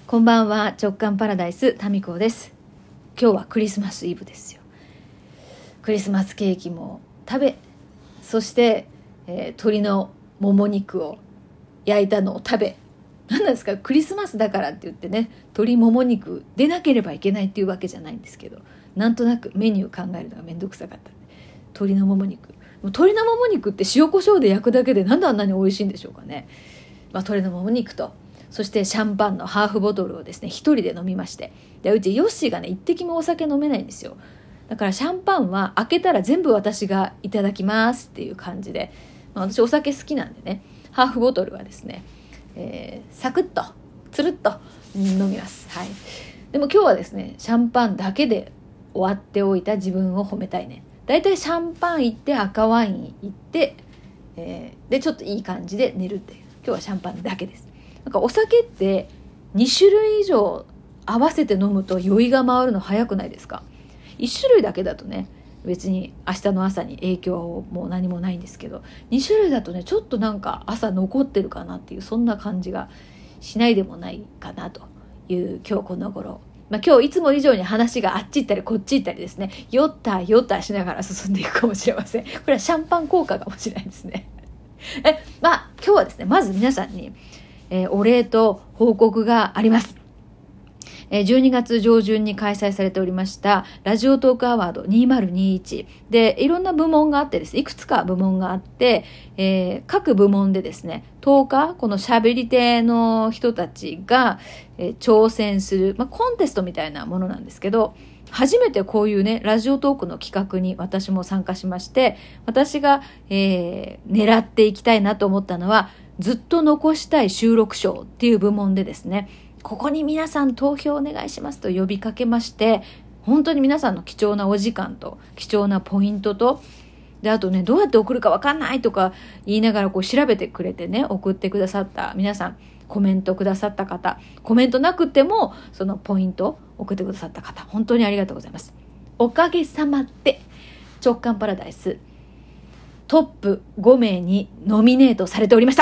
こんばんは。直感パラダイスタミコです。今日はクリスマスイブですよ。クリスマスケーキも食べ、そして、鶏のもも肉を焼いたのを食べ、何なんですか、クリスマスだからって言ってね、鶏もも肉出なければいけないっていうわけじゃないんですけど、なんとなくメニュー考えるのがめんどくさかったんで、鶏のもも肉って塩コショウで焼くだけでなんであんなに美味しいんでしょうかね。鶏のもも肉と、そしてシャンパンのハーフボトルをですね一人で飲みまして、でうちヨッシーがね一滴もお酒飲めないんですよ。だからシャンパンは開けたら全部私がいただきますっていう感じで、私お酒好きなんでね、ハーフボトルはですね、サクッとつるっと飲みます。はい。でも今日はですねシャンパンだけで終わっておいた自分を褒めたいね。だいたいシャンパン行って赤ワイン行って、でちょっといい感じで寝るっていう。今日はシャンパンだけです。なんかお酒って2種類以上合わせて飲むと酔いが回るの早くないですか。1種類だけだとね別に明日の朝に影響も何もないんですけど、2種類だとねちょっとなんか朝残ってるかなっていう、そんな感じがしないでもないかなという今日この頃、今日いつも以上に話があっち行ったりこっち行ったりですね、酔ったしながら進んでいくかもしれません。これはシャンパン効果かもしれないですね。今日はですねまず皆さんにお礼と報告があります。12月上旬に開催されておりましたラジオトークアワード2021で、いろんな部門があってですね、いくつか部門があって、各部門でですね10日このしゃべり手の人たちが、挑戦する、コンテストみたいなものなんですけど、初めてこういうねラジオトークの企画に私も参加しまして、私が、狙っていきたいなと思ったのはずっと残したい収録賞っていう部門でですね、ここに皆さん投票お願いしますと呼びかけまして、本当に皆さんの貴重なお時間と貴重なポイントと、であとねどうやって送るか分かんないとか言いながらこう調べてくれてね送ってくださった皆さん、コメントくださった方、コメントなくてもそのポイント送ってくださった方、本当にありがとうございます。おかげさまで直感パラダイストップ5名にノミネートされておりました。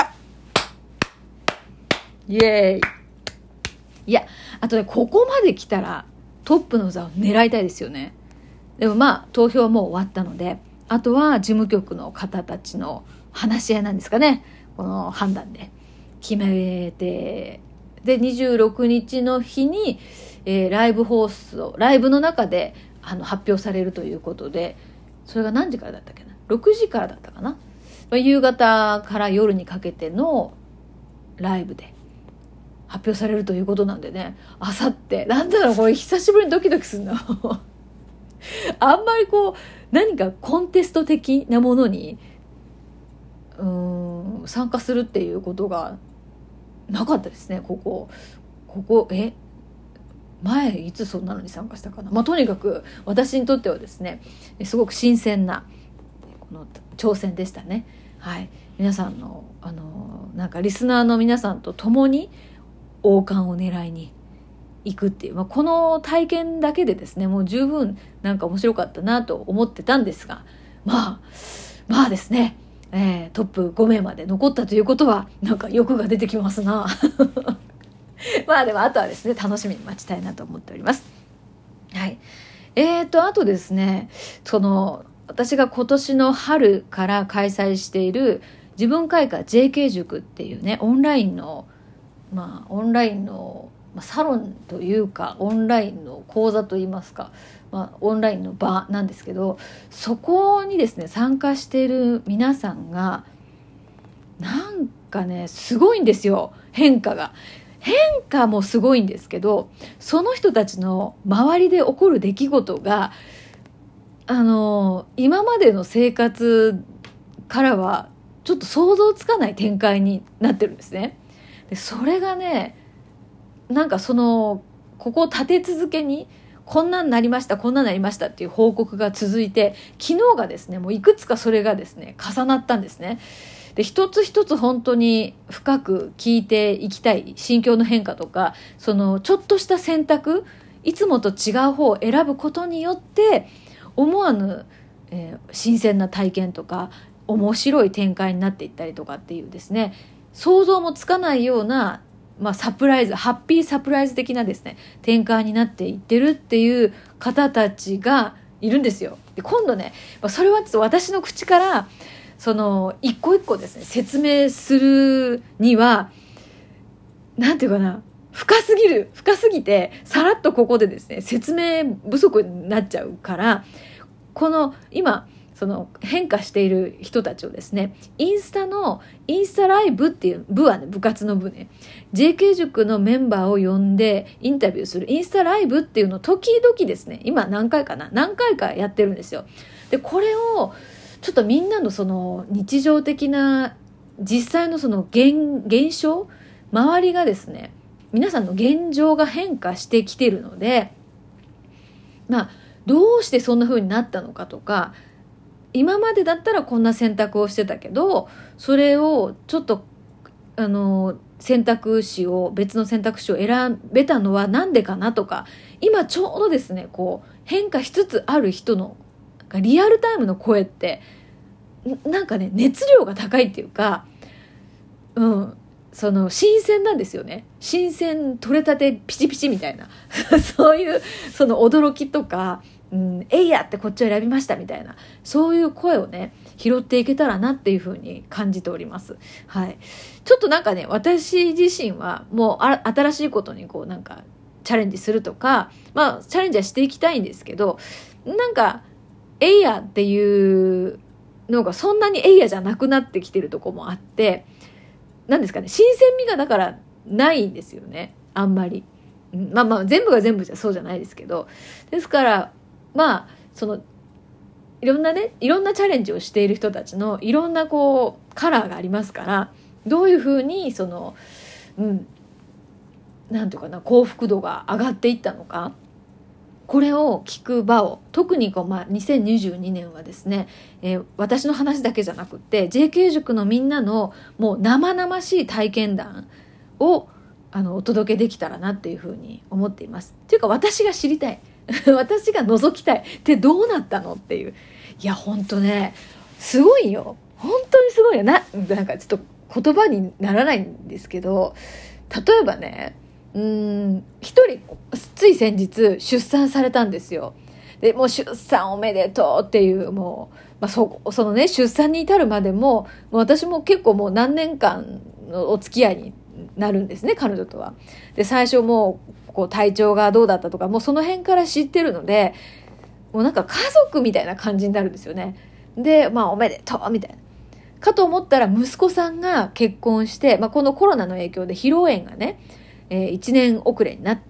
イエーイ。いや、あとねここまで来たらトップの座を狙いたいですよね。でも投票はもう終わったので、あとは事務局の方たちの話し合いなんですかね。この判断で決めて、で26日の日に、ライブ放送、ライブの中で発表されるということで、それが何時からだったっけな、6時からだったかな、夕方から夜にかけてのライブで発表されるということなんでね、あさってなんだろう、これ久しぶりにドキドキするなあんまりこう何かコンテスト的なものに参加するっていうことがなかったですね。ここ前いつそんなのに参加したかな。とにかく私にとってはですねすごく新鮮なこの挑戦でしたね。はい、皆さんのなんかリスナーの皆さんと共に王冠を狙いに行くっていう、この体験だけでですねもう十分なんか面白かったなと思ってたんですが、ですね、トップ5名まで残ったということはなんか欲が出てきますなでもあとはですね楽しみに待ちたいなと思っております。はい。あとですね、私が今年の春から開催している自分開花 JK 塾っていうねオンラインのサロンというかオンラインの講座といいますか、オンラインの場なんですけど、そこにですね参加している皆さんがなんかねすごいんですよ。変化もすごいんですけど、その人たちの周りで起こる出来事が今までの生活からはちょっと想像つかない展開になってるんですね。でそれがねなんかここ立て続けにこんなんなりましたっていう報告が続いて、昨日がですねもういくつかそれがですね重なったんですね。で一つ一つ本当に深く聞いていきたい心境の変化とか、ちょっとした選択、いつもと違う方を選ぶことによって思わぬ、新鮮な体験とか面白い展開になっていったりとかっていうですね、想像もつかないようなサプライズ、ハッピーサプライズ的なですね展開になっていってるっていう方たちがいるんですよ。で今度ね、それはちょっと私の口からその一個一個ですね説明するにはなんていうかな、深すぎてさらっとここでですね説明不足になっちゃうから、この今その変化している人たちをですねインスタライブっていう部はね、部活の部ね、 JK 塾のメンバーを呼んでインタビューするインスタライブっていうのを時々ですね、今何回かやってるんですよ。でこれをちょっとみんなのその日常的な実際のその現象、周りがですね皆さんの現状が変化してきているので、どうしてそんな風になったのかとか、今までだったらこんな選択をしてたけどそれをちょっと別の選択肢を選べたのはなんでかなとか、今ちょうどですねこう変化しつつある人のリアルタイムの声ってなんかね熱量が高いっていうか、その新鮮なんですよね。新鮮、取れたてピチピチみたいなそういうその驚きとか、えいやってこっちを選びましたみたいな、そういう声をね拾っていけたらなっていうふうに感じております。はい。ちょっとなんかね、私自身はもう新しいことにこうなんかチャレンジするとか、チャレンジはしていきたいんですけど、なんかえいやっていうのがそんなにえいやじゃなくなってきてるとこもあって、なんですかね、新鮮味がだからないんですよね、あんまり。全部が全部じゃそうじゃないですけど、ですからそのいろんなチャレンジをしている人たちのいろんなこうカラーがありますから、どういうふうにそのなんていうかな、幸福度が上がっていったのか、これを聞く場を、特に2022年はですね、私の話だけじゃなくって JK 塾のみんなのもう生々しい体験談をお届けできたらなっていうふうに思っています。っていうか私が知りたい私が覗きたいってどうなったのっていう。いや本当ね、すごいよ、本当にすごいよなんかちょっと言葉にならないんですけど、例えばね、一人つい先日出産されたんですよ。でもう出産おめでとうっていう、もう、そのね出産に至るまでもう私も結構もう何年間のお付き合いになるんですね、彼女とは。で最初もうこう体調がどうだったとかもうその辺から知ってるので、もうなんか家族みたいな感じになるんですよね。でおめでとうみたいなかと思ったら、息子さんが結婚して、このコロナの影響で披露宴がね1年遅れになって、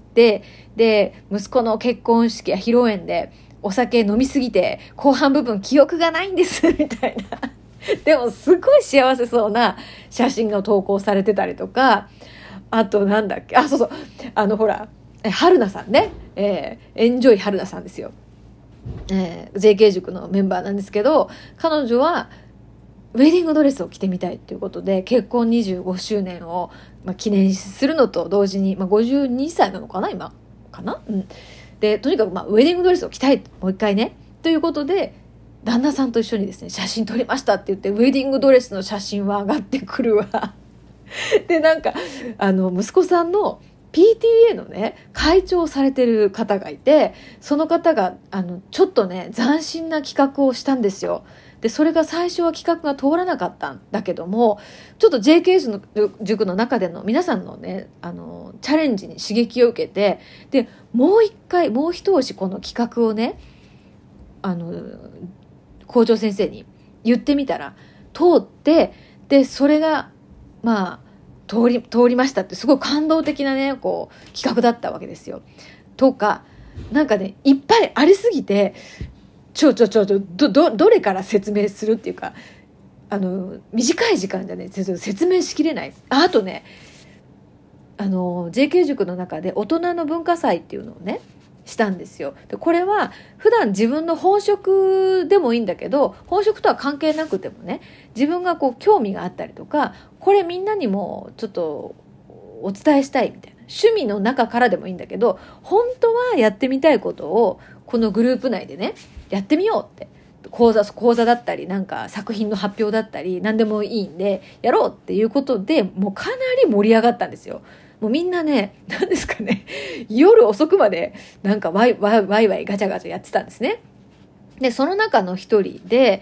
で息子の結婚式や披露宴でお酒飲みすぎて後半部分記憶がないんですみたいなでもすごい幸せそうな写真が投稿されてたりとか、あとなんだっけ、そうほら春菜さんね、エンジョイ春菜さんですよ、JK 塾のメンバーなんですけど、彼女はウェディングドレスを着てみたいということで結婚25周年を記念するのと同時に、52歳なのかな今かな、でとにかくウェディングドレスを着たいもう一回ねということで、旦那さんと一緒にですね写真撮りましたって言ってウェディングドレスの写真は上がってくるわでなんか息子さんの PTA のね会長をされてる方がいて、その方がちょっとね斬新な企画をしたんですよ。でそれが最初は企画が通らなかったんだけども、ちょっと JK 塾の中での皆さんのねチャレンジに刺激を受けて、でもう一押しこの企画をね校長先生に言ってみたら通って、でそれが通りましたって、すごい感動的なねこう企画だったわけですよ。とかなんかねいっぱいありすぎてどれから説明するっていうか短い時間じゃね説明しきれない。あとねJK 塾の中で大人の文化祭っていうのをねしたんですよ。でこれは普段自分の本職でもいいんだけど、本職とは関係なくてもね自分がこう興味があったりとか、これみんなにもちょっとお伝えしたいみたいな趣味の中からでもいいんだけど、本当はやってみたいことをこのグループ内でねやってみようって、講座だったりなんか作品の発表だったり何でもいいんでやろうっていうことで、もうかなり盛り上がったんですよ。 もうみんなね、何ですかね、夜遅くまでなんかワイワイガチャガチャやってたんですね。でその中の一人で、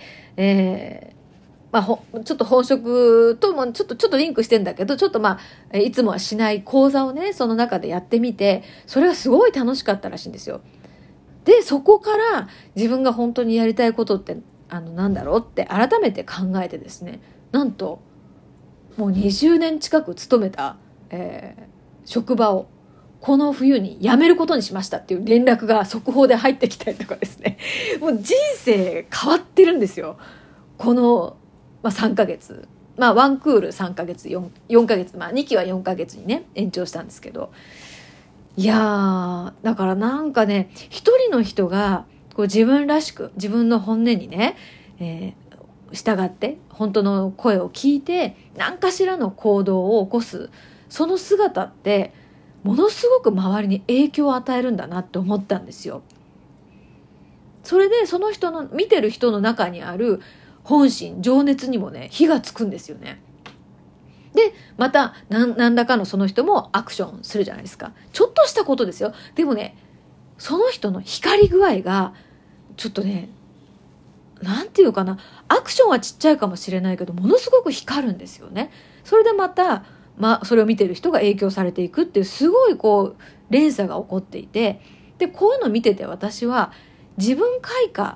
ちょっと本職ともちょっとリンクしてんだけど、ちょっといつもはしない講座をね、その中でやってみて、それがすごい楽しかったらしいんですよ。で、そこから自分が本当にやりたいことってなんだろうって改めて考えてですね、なんともう20年近く勤めた、職場をこの冬に辞めることにしましたっていう連絡が速報で入ってきたりとかですね、もう人生変わってるんですよ。この、3ヶ月。ワンクール3ヶ月、4ヶ月、2期は4ヶ月にね、延長したんですけど。いやー、だからなんかね、一人の人がこう自分らしく、自分の本音にね、従って、本当の声を聞いて、何かしらの行動を起こす、その姿って、ものすごく周りに影響を与えるんだなって思ったんですよ。それでその人の、見てる人の中にある本心、情熱にもね、火がつくんですよね。で、また何らかのその人もアクションするじゃないですか。ちょっとしたことですよ。でもね、その人の光り具合が、ちょっとね、なんていうかな、アクションはちっちゃいかもしれないけど、ものすごく光るんですよね。それでまた、それを見てる人が影響されていくっていう、すごいこう、連鎖が起こっていて、で、こういうのを見てて私は、自分開花って、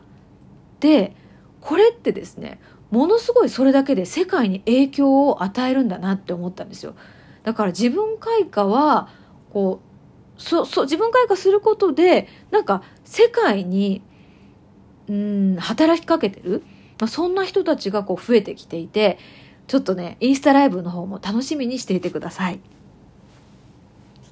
これってですね、ものすごいそれだけで世界に影響を与えるんだなって思ったんですよ。だから自分開花は、こう、自分開花することで、なんか世界に、働きかけてる、そんな人たちがこう増えてきていて、ちょっとね、インスタライブの方も楽しみにしていてください。